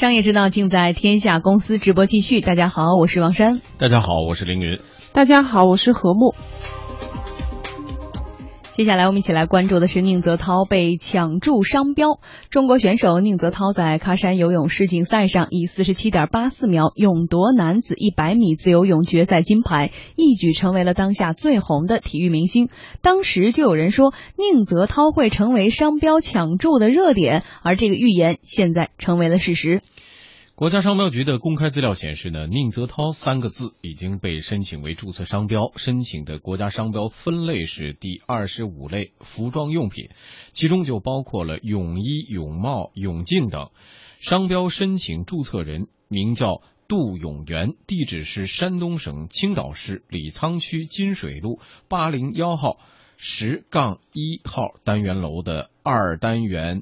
商业之道尽在天下公司，直播继续。大家好，我是王珊。 大家好，我是凌云。 大家好，我是何木。 接下来我们一起来关注的是宁泽涛被抢注商标。中国选手宁泽涛在喀山游泳世锦赛上以 47.84 秒勇夺男子100米自由泳决赛金牌，一举成为了当下最红的体育明星。当时就有人说宁泽涛会成为商标抢注的热点，而这个预言现在成为了事实。 国家商标局的公开资料显示呢，宁泽涛3个字已经被申请为注册商标，申请的国家商标分类是第25类服装用品，其中就包括了泳衣、泳帽、泳镜等。商标申请注册人名叫杜永元，地址是山东省青岛市李沧区金水路801号10-1号单元楼的2单元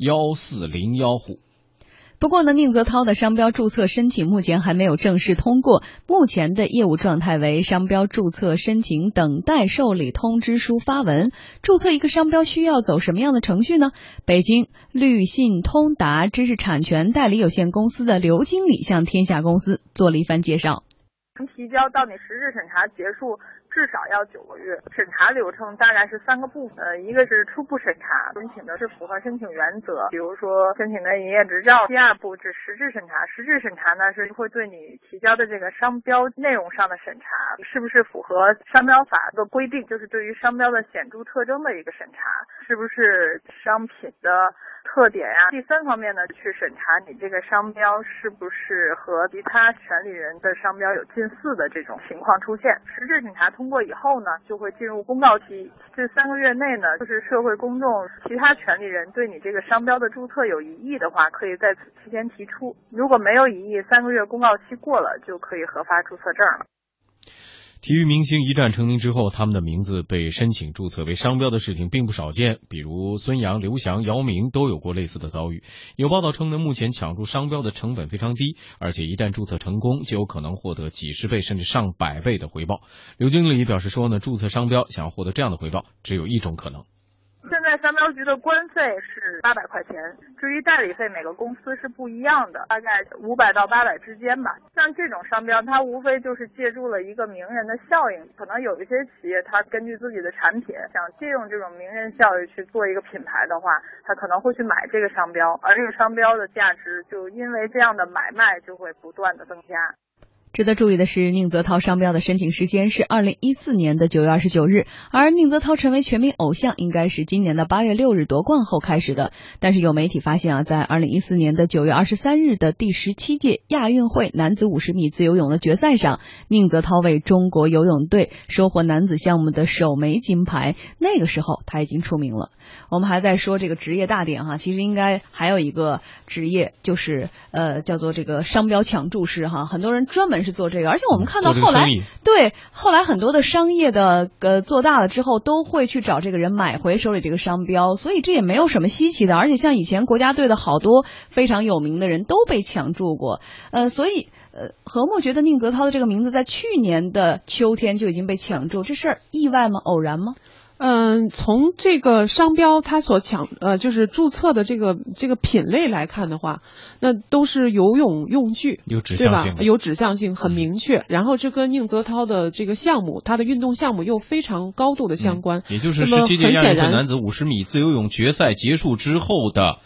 1401户。 不过呢，宁泽涛的商标注册申请目前还没有正式通过，目前的业务状态为商标注册申请等待受理通知书发文。注册一个商标需要走什么样的程序呢？北京绿信通达知识产权代理有限公司的刘经理向天下公司做了一番介绍。 从提交到你实质审查结束至少要9个月，审查流程大概是3个部分，一个是初步审查，申请的是符合申请原则，比如说申请的营业执照。第2步是实质审查，实质审查呢是会对你提交的这个商标内容上的审查，是不是符合商标法的规定，就是对于商标的显著特征的一个审查，是不是商品的特点呀。第3方面呢，去审查你这个商标是不是和其他权利人的商标有近似的这种情况出现。实质审查通过以后呢，就会进入公告期。这3个月内呢，就是社会公众、其他权利人对你这个商标的注册有异议的话，可以在此期间提出。如果没有异议，3个月公告期过了，就可以核发注册证了。 体育明星一战成名之后，他们的名字被申请注册为商标的事情并不少见，比如孙杨、刘翔、姚明都有过类似的遭遇。有报道称呢，目前抢注商标的成本非常低，而且一旦注册成功，就有可能获得几十倍甚至上百倍的回报。刘经理表示说呢，注册商标想要获得这样的回报，只有一种可能。 现在商标局的官费是800块钱，至于代理费每个公司是不一样的，大概500到800之间吧。像这种商标，它无非就是借助了一个名人的效应，可能有一些企业它根据自己的产品想借用这种名人效应去做一个品牌的话，它可能会去买这个商标，而这个商标的价值就因为这样的买卖就会不断的增加。 值得注意的是，宁泽涛商标的申请时间是2014年的9月29日，而宁泽涛成为全民偶像应该是今年的8月6日夺冠后开始的。但是有媒体发现在2014年的9月23日的第17届亚运会男子50米自由泳的决赛上，宁泽涛为中国游泳队收获男子项目的首枚金牌，那个时候他已经出名了。我们还在说这个职业大典其实应该还有一个职业，就是叫做这个商标抢注师很多人专门是做这个，而且我们看到后来后来很多的商业的做大了之后都会去找这个人买回手里这个商标，所以这也没有什么稀奇的。而且像以前国家队的好多非常有名的人都被抢注过，所以何木觉得宁泽涛的这个名字在去年的秋天就已经被抢注，这事儿意外吗？偶然吗？ 从这个商标它所就是注册的这个品类来看的话，那都是游泳用具， 有指向性， 对吧？有指向性很明确。然后这跟宁泽涛的这个项目，它的运动项目又非常高度的相关。 也就是17届亚运会男子50米自由泳决赛结束之后的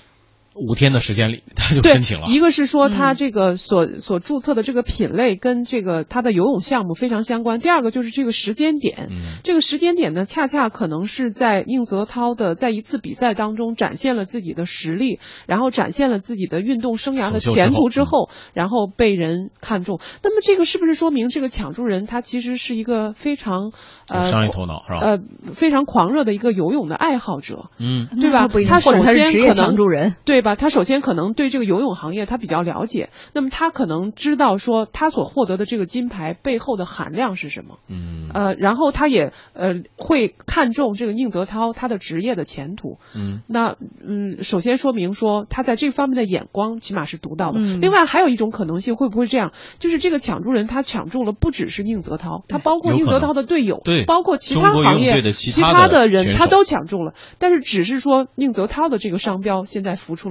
5天的时间里，他就申请了。 一个是说他这个所注册的这个品类跟这个他的游泳项目非常相关。第二个就是这个时间点，这个时间点呢，恰恰可能是在宁泽涛的在一次比赛当中展现了自己的实力，然后展现了自己的运动生涯的前途之后，然后被人看中。那么这个是不是说明这个抢注人他其实是一个非常商业头脑是吧？ 非常狂热的一个游泳的爱好者，对吧？ 他首先是职业抢注人， 对吧？他首先可能对这个游泳行业他比较了解，那么他可能知道说他所获得的这个金牌背后的含量是什么，然后他也会看重这个宁泽涛他的职业的前途，那首先说明说他在这方面的眼光起码是独到的。另外还有一种可能性，会不会这样，就是这个抢注人他抢注了不只是宁泽涛，他包括宁泽涛的队友， 对， 包括其他行业其他的人他都抢注了，但是只是说宁泽涛的这个商标现在浮出了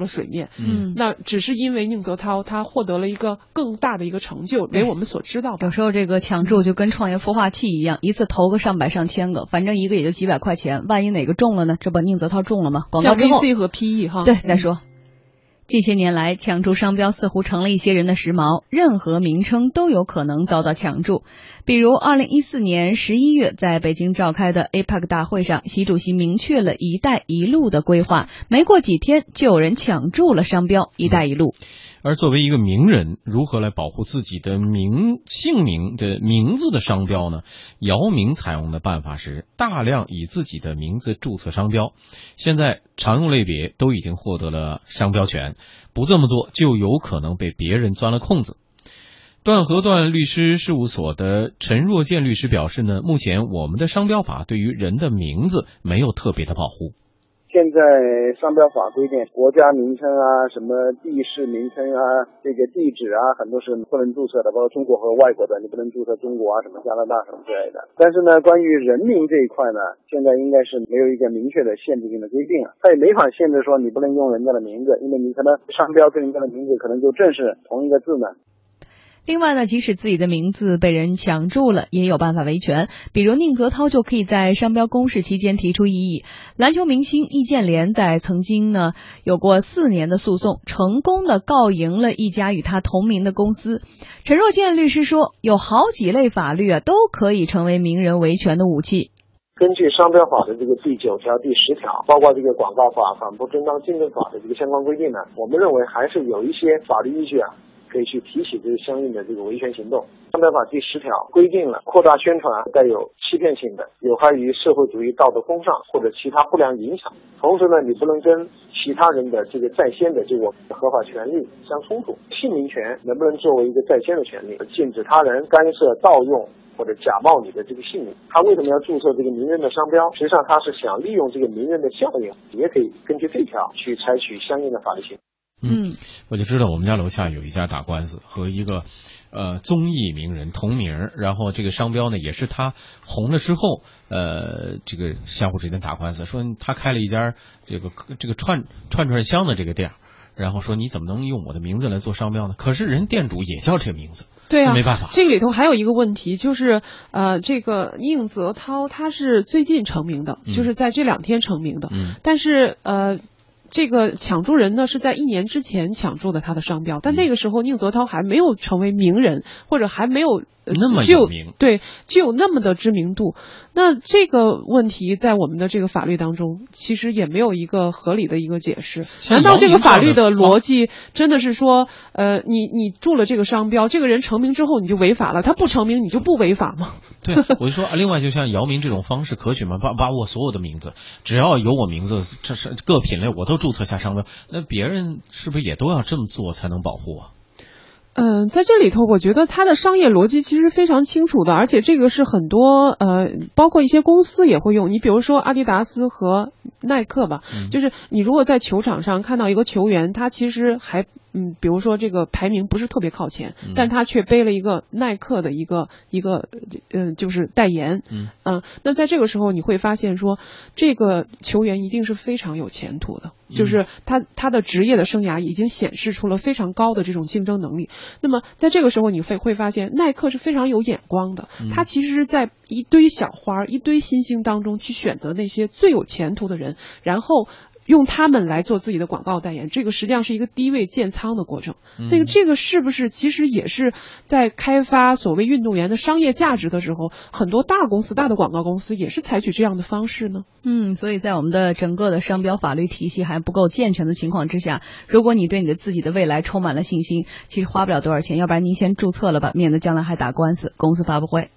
水面。那只是因为宁泽涛他获得了一个更大的一个成就，为我们所知道。 有时候这个抢注就跟创业孵化器一样，一次投个上百上千个，反正一个也就几百块钱，万一哪个中了呢？这不宁泽涛中了吗？广告之后， 像 VC 和 PE 哈。 对，再说。近些年来，抢注商标似乎成了一些人的时髦，任何名称都有可能遭到抢注。比如2014年11月在北京召开的 APEC 大会上，习主席明确了一带一路的规划，没过几天就有人抢注了商标一带一路。 而作为一个名人，如何来保护自己的姓名的名字的商标呢？姚明采用的办法是大量以自己的名字注册商标，现在常用类别都已经获得了商标权，不这么做就有可能被别人钻了空子。段和段律师事务所的陈若健律师表示呢，目前我们的商标法对于人的名字没有特别的保护。 现在商标法规定国家名称啊，什么地市名称啊，这个地址啊，很多是不能注册的，包括中国和外国的，你不能注册中国啊，什么加拿大什么之类的。但是呢，关于人名这一块呢，现在应该是没有一个明确的限制性的规定啊，它也没法限制说你不能用人家的名字，因为你可能商标跟人家的名字可能就正是同一个字呢。 另外呢，即使自己的名字被人抢注了，也有办法维权。比如宁泽涛就可以在商标公示期间提出异议。篮球明星易建联在曾经呢有过4年的诉讼，成功的告赢了一家与他同名的公司。陈若健律师说，有好几类法律都可以成为名人维权的武器。 根据商标法的这个第9条、第10条，包括这个广告法、反不正当竞争法的这个相关规定呢，我们认为还是有一些法律依据可以去提起这个相应的这个维权行动。商标法第10条规定了，扩大宣传带有欺骗性的、有害于社会主义道德风尚或者其他不良影响。同时呢，你不能跟其他人的这个在先的这个合法权利相冲突。姓名权能不能作为一个在先的权利，禁止他人干涉、盗用或者假冒你的这个姓名。他为什么要注册这个名人的商标？实际上他是想利用这个名人的效应，也可以根据这条去采取相应的法律行动。 我就知道我们家楼下有一家打官司，和一个综艺名人同名，然后这个商标呢也是他红了之后这个相互之间打官司，说他开了一家这个串香的这个店，然后说你怎么能用我的名字来做商标呢？可是人店主也叫这个名字。 对啊， 没办法。 这个里头还有一个问题，就是这个宁泽涛他是最近成名的，就是在这2天成名的，但是这个抢注人呢是在1年之前抢注的他的商标，但那个时候宁泽涛还没有成为名人，或者还没有那么有名， 对，具有那么的知名度。那这个问题在我们的这个法律当中，其实也没有一个合理的一个解释。难道这个法律的逻辑真的是说，你注了这个商标，这个人成名之后你就违法了，他不成名你就不违法吗？ 对，我就说，另外就像姚明这种方式可取吗？把我所有的名字，只要有我名字，这是各品类我都注册下商标，那别人是不是也都要这么做才能保护啊？ 在这里头，我觉得它的商业逻辑其实非常清楚的，而且这个是很多包括一些公司也会用。你比如说阿迪达斯和耐克吧，就是你如果在球场上看到一个球员，他其实还比如说这个排名不是特别靠前，但他却背了一个耐克的一个就是代言，那在这个时候你会发现说，这个球员一定是非常有前途的，就是他的职业的生涯已经显示出了非常高的这种竞争能力。那么在这个时候你会发现耐克是非常有眼光的，他其实是在一堆小花一堆新星当中去选择那些最有前途的人，然后用他们来做自己的广告代言，这个实际上是一个低位建仓的过程。这个是不是其实也是在开发所谓运动员的商业价值的时候，很多大公司大的广告公司也是采取这样的方式呢？ 所以在我们的整个的商标法律体系还不够健全的情况之下，如果你对你的自己的未来充满了信心，其实花不了多少钱，要不然您先注册了吧，免得将来还打官司。公司发布会。